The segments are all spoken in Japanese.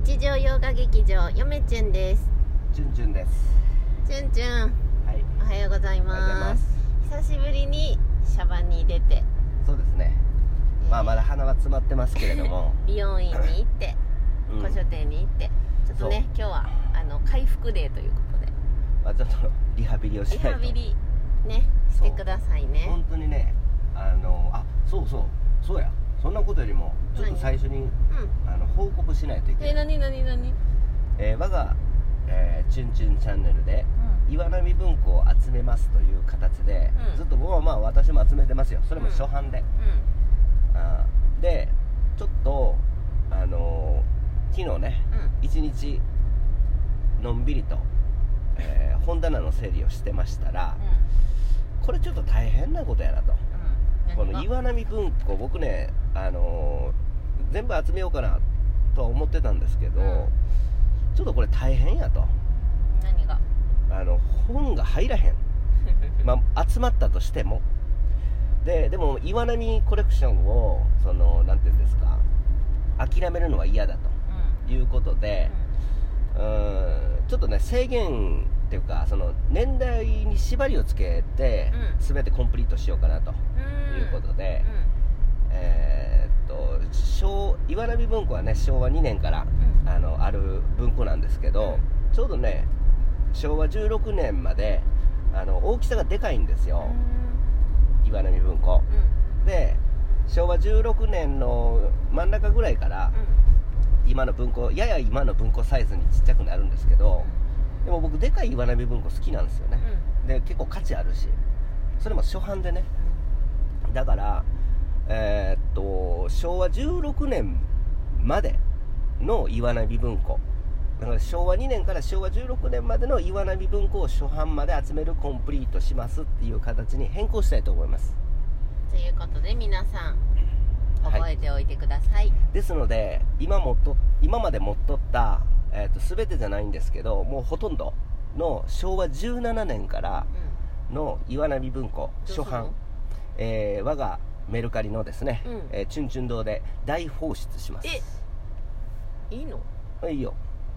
日常洋画劇場よめちゅんです。 ちゅんちゅんです。 ちゅんちゅん、 はい、 おはようございます。 おはようございます。 久しぶりにシャバに出て、 そうですね、まだ鼻は詰まってますけれども美容院に行って、古書店に行ってちょっとね、今日は回復デーということで、 ちょっとリハビリをしないと。 リハビリねしてくださいね。 本当にね、そうや、そんなことよりもちょっと最初に、報告しないといけない。 何我が、チュンチュンチャンネルで、岩波文庫を集めますという形で、ずっと私も集めてますよ。それも初版で、でちょっと昨日ね、一日のんびりと、本棚の整理をしてましたら、これちょっと大変なことやなと、この岩波文庫、僕ね、全部集めようかなとは思ってたんですけど、ちょっとこれ大変やと。 何が？ 本が入らへん集まったとしてもでも岩波コレクションをなんていうんですか、諦めるのは嫌だということで、ちょっとね、制限っていうか、年代に縛りをつけて、全てコンプリートしようかなということで、岩波文庫はね、昭和2年から、ある文庫なんですけど、ちょうどね、昭和16年まで大きさがでかいんですよ、岩波文庫、で昭和16年の真ん中ぐらいから、今の文庫サイズにちっちゃくなるんですけど、でも僕でかい岩波文庫好きなんですよね、で結構価値あるし、それも初版でね、だから昭和16年までの岩波文庫だから、昭和2年から昭和16年までの岩波文庫を初版まで集めるコンプリートしますっていう形に変更したいと思います。 ということで、皆さん覚えておいてください。 ですので、今まで持っとった、全てじゃないんですけど、もうほとんどの昭和17年からの岩波文庫初版、我がメルカリのですね、チュンチュン堂で大放出します。 いいの？ いいよ。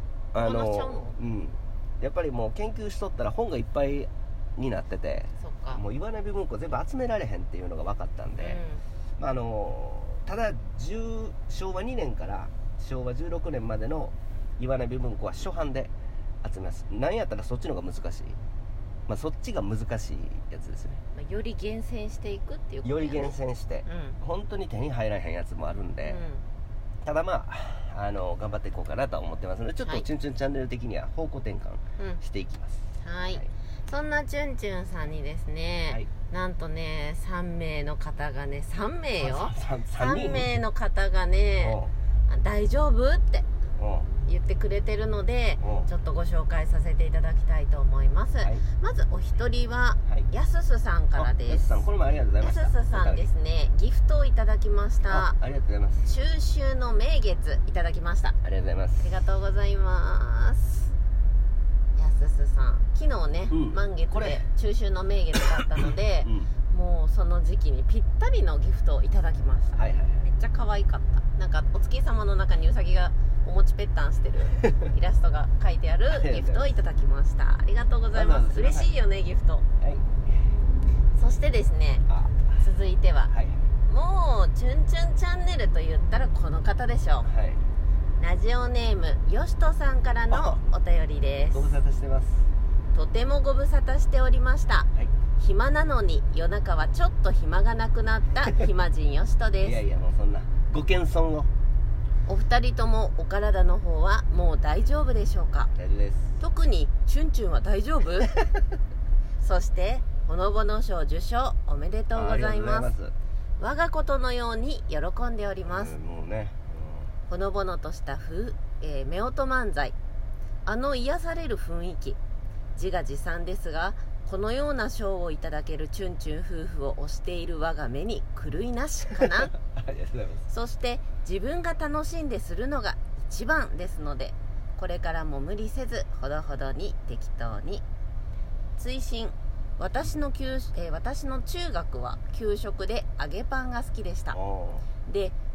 やっぱりもう研究しとったら本がいっぱいになってて、もう岩波文庫全部集められへんっていうのが分かったんで、ただ昭和2年から昭和16年までの岩波文庫は初版で集めます。なんやったらそっちの方が難しい、そっちが難しいやつですね。 より厳選していくっていうことより厳選して、本当に手に入らへんやつもあるんで、ただ頑張っていこうかなとは思ってますので、ちょっとチュンチュンチャンネル的には方向転換していきます。 そんなチュンチュンさんにですね、なんとね、3名の方がね、3名よ、3名の方がね、大丈夫って言ってくれてるので、ちょっとご紹介させていただきたいと思います。まずお一人はやすすさんからです。 これもありがとうございます。 やすすさんですね、ギフトをいただきました。 ありがとうございます。 中秋の名月いただきました。 ありがとうございます。 ありがとうございます。やすすさん、昨日ね、満月で中秋の名月だったので、もうその時期にぴったりのギフトをいただきました。めっちゃ可愛かった。なんかお月様の中にうさぎがお餅ぺったんしてるイラストが書いてあるギフトをいただきました。ありがとうございます。嬉しいよね、ギフト。そしてですね、続いては、もうチュンチュンチャンネルと言ったらこの方でしょう。ラジオネームよしとさんからのお便りです。 ご無沙汰してます。 とてもご無沙汰しておりました。暇なのに夜中はちょっと暇がなくなった暇人よしとです。 いやもうそんなご謙遜を。 お二人ともお体の方はもう大丈夫でしょうか？ 大丈夫です。 特にチュンチュンは大丈夫？そしてほのぼの賞受賞おめでとうございます。我がことのように喜んでおります。 もうね、 ほのぼのとした夫婦漫才、癒される雰囲気、自画自賛ですが、このような賞をいただけるチュンチュン夫婦を推している我が目に狂いなしかな。 ありがとうございます。 そして自分が楽しんでするのが一番ですので、これからも無理せずほどほどに適当に。追伸、私の中学は給食で揚げパンが好きでした。で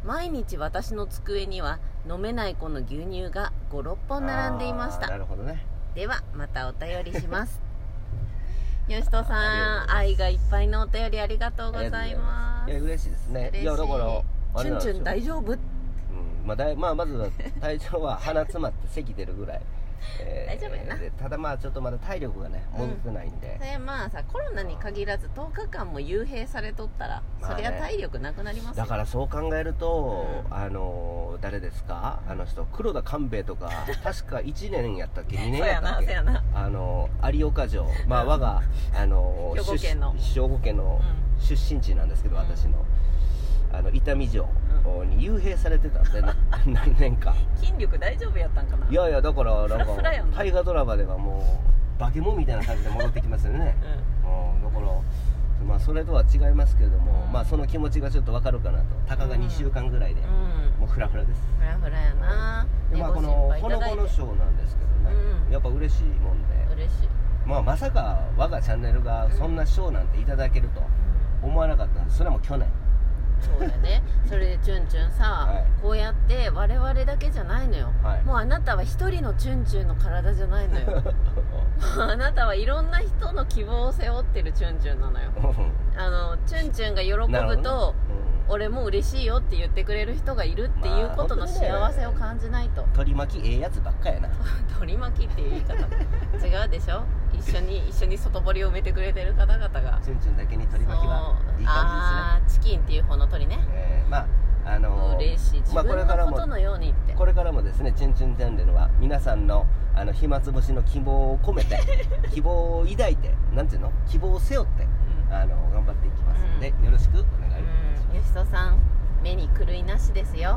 毎日私の机には飲めないこの牛乳が 5,6 本並んでいました。 なるほどね。 ではまたお便りします。よしとさん、愛がいっぱいのお便りありがとうございます。 いや嬉しいですね。いやだからチュンチュン大丈夫？ まずは体調は鼻詰まって咳出るぐらい、 大丈夫やな。 ただちょっとまだ体力がね戻ってないんで、 それさコロナに限らず10日間も幽閉されとったら、そりゃ体力なくなりますよ。 だからそう考えると、誰ですか、あの人黒田官兵衛とか確か1年やったっけ2年やったっけ有岡城、我が兵庫県の出身地なんですけど、私の伊丹城に幽閉されてたんで何年か。 筋力大丈夫やったんかな。 いやだからなんか大河ドラマではもう化け物みたいな感じで戻ってきますよね。だからそれとは違いますけれども、その気持ちがちょっと分かるかなと。たかが2週間ぐらいでもうフラフラです。 フラフラやな。 でこのほのぼの賞なんですけどね、やっぱ嬉しいもんで、 嬉しい。 まさか我がチャンネルがそんな賞なんていただけると思わなかったんです。それも去年。 そうだね。それでチュンチュンさ、こうやって我々だけじゃないのよ、もうあなたは一人のチュンチュンの体じゃないのよ。あなたはいろんな人の希望を背負ってるチュンチュンなのよ。チュンチュンが喜ぶと、俺も嬉しいよって言ってくれる人がいるっていうことの幸せを感じないと。 取り巻きやつばっかやな。 取り巻きっていう言い方違うでしょ。一緒に外堀を埋めてくれてる方々が、 チュンチュンだけに取り巻きはいい感じですね。チキンっていう方の鳥ね。嬉しい。自分のことのようにって。 これからもですね、チュンチュンチャンネルは皆さんの暇つぶしの希望を込めて希望を抱いて、なんていうの、希望を背負って頑張っていきますので、よろしくお願いします。 よしとさん、目に狂いなしですよ。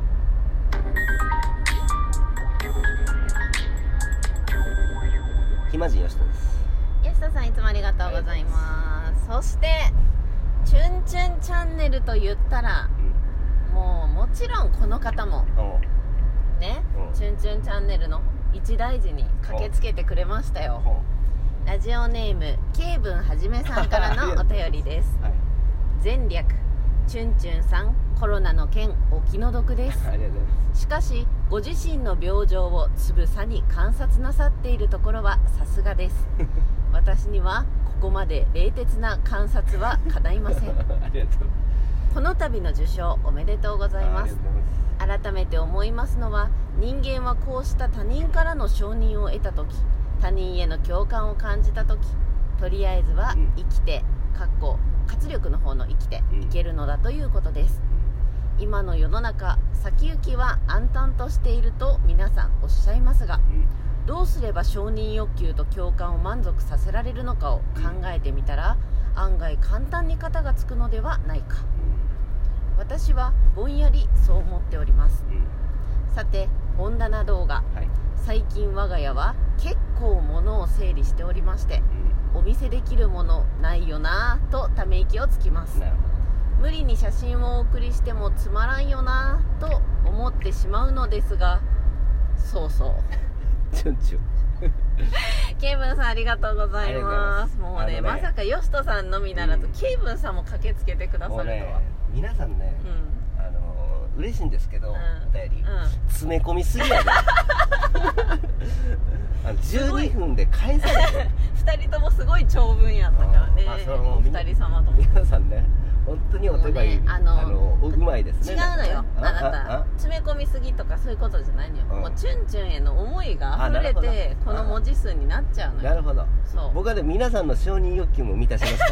暇人よしとです。 よしとさん、いつもありがとうございます。そしてチュンチュンチャンネルと言ったら、もちろんこの方もね、チュンチュンチャンネルの一大事に駆けつけてくれましたよ。ラジオネームケイブンはじめさんからのお便りです。前略、チュンチュンさん、コロナの件お気の毒です。しかしご自身の病状をつぶさに観察なさっているところはさすがです。私にはここまで冷徹な観察は叶いません。この度の受賞おめでとうございます。改めて思いますのは、人間はこうした他人からの承認を得た時、他人への共感を感じた時、とりあえずは生きて、活力の方の生きていけるのだということです。今の世の中、先行きは暗淡としていると皆さんおっしゃいますが、どうすれば承認欲求と共感を満足させられるのかを考えてみたら、案外簡単に肩がつくのではないか。私はぼんやりそう思っております。さて、本棚動画、最近我が家は結構物を整理しておりまして、お見せできるものないよなぁとため息をつきます。無理に写真をお送りしてもつまらんよなぁと思ってしまうのですが、そうチュンチュンケイブンさん、ありがとうございます。もうね、まさかヨシトさんのみならず、ケイブンさんも駆けつけてくださるとは。 皆さんね、嬉しいんですけど、お便り詰め込みすぎやで。12分で返さないで。 2人ともすごい長文やったからね。お二人様とも皆さんね、本当にお手紙うまいですね。 違うのよ、あなた詰め込みすぎとかそういうことじゃないのよ。もうチュンチュンへの思いが溢れてこの文字数になっちゃうのよ。 なるほど。僕はでも皆さんの承認欲求も満たします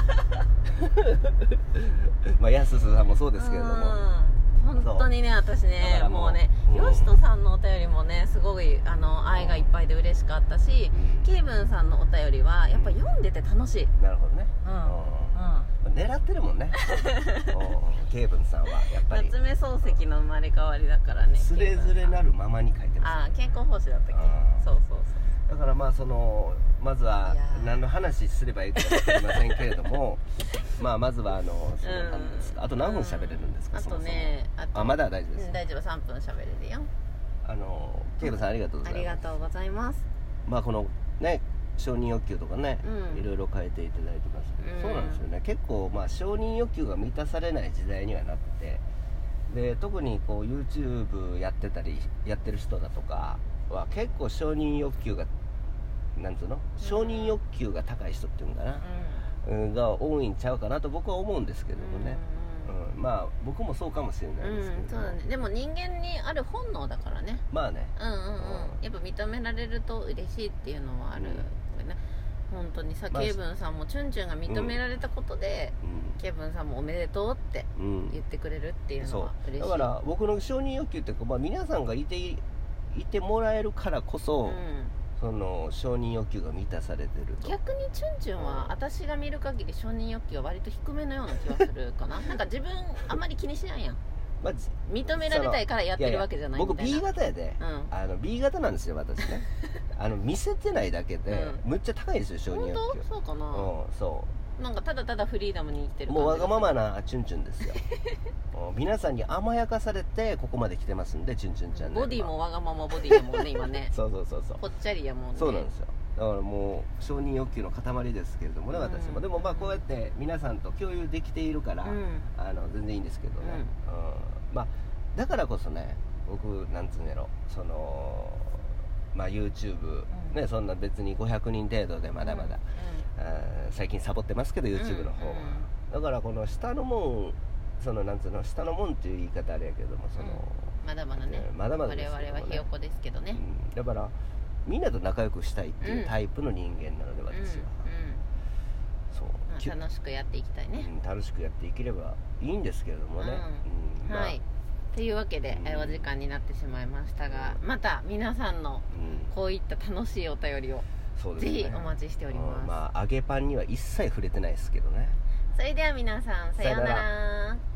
からね。やすすさんもそうですけれども、 本当にね、私ね、もうね、ヨシトさんのお便りもね、すごい愛がいっぱいで嬉しかったし、ケイブンさんのお便りはやっぱ読んでて楽しい。 なるほどね。狙ってるもんね。ケイブンさんはやっぱり夏目漱石の生まれ変わりだからね。 つれづれなるままに書いてます。 健康奉仕だったっけ。そうそうそう。 だからまずは何の話すればいいか分かりませんけれども、まずはあと何分喋れるんですか。 あとね、 まだ大丈夫です。 大丈夫、3分喋れるよ。 ケイブンさん、ありがとうございます。 ありがとうございます。 このね、承認欲求とかね、いろいろ変えていただいてますけど、そうなんですよね。結構承認欲求が満たされない時代にはなって、 で特にこう YouTube やってる人だとかは結構承認欲求がなんつうの、承認欲求が高い人っていうんかな、が多いんちゃうかなと僕は思うんですけどもね、まあ僕もそうかもしれないですけど、 そうだね。でも人間にある本能だからね。 まあね、 やっぱ認められると嬉しいっていうのはあるよね。本当にさ、ケイブンさんもチュンチュンが認められたことで、ケイブンさんもおめでとうって言ってくれるっていうのは嬉しい。 だから僕の承認欲求っていうか、まあ、皆さんがいてもらえるからこそ、その承認欲求が満たされてると。 逆にチュンチュンは、私が見る限り承認欲求は割と低めのような気がするかな。なんか自分あんまり気にしないやん。まあ、認められたいからやってるわけじゃないみたいな。 僕 B 型やで、B 型なんですよ私ね。見せてないだけで、むっちゃ高いですよ承認欲求。 本当？そうかな。そうなんかただただフリーダムに生きてる感じ。 もうわがままなチュンチュンですよ。皆さんに甘やかされてここまで来てますんで、チュンチュンちゃんね。 ボディもわがままボディやもんね今ね。 そうぽっちゃりやもんね。 そうなんですよ。だからもう承認欲求の塊ですけれどもね、私も。でもまあこうやって皆さんと共有できているから、全然いいんですけどね、まあだからこそね、僕なんつうんやろ、そのまあ YouTube、ね、そんな別に500人程度でまだまだ、最近サボってますけど YouTube の方は、だからこの下のもん、そのなんつうの、下のもんっていう言い方あれやけども、その、 まだまだね、 まだまだですけどね、我々はひよこですけどね、 だからみんなと仲良くしたいっていうタイプの人間なので、私は、 そう楽しくやっていきたいね、 楽しくやっていければいいんですけれどもね、 はい。というわけで、お時間になってしまいましたが、また皆さんのこういった楽しいお便りをぜひお待ちしております。 まあ揚げパンには一切触れてないですけどね。 それでは皆さん、さようなら。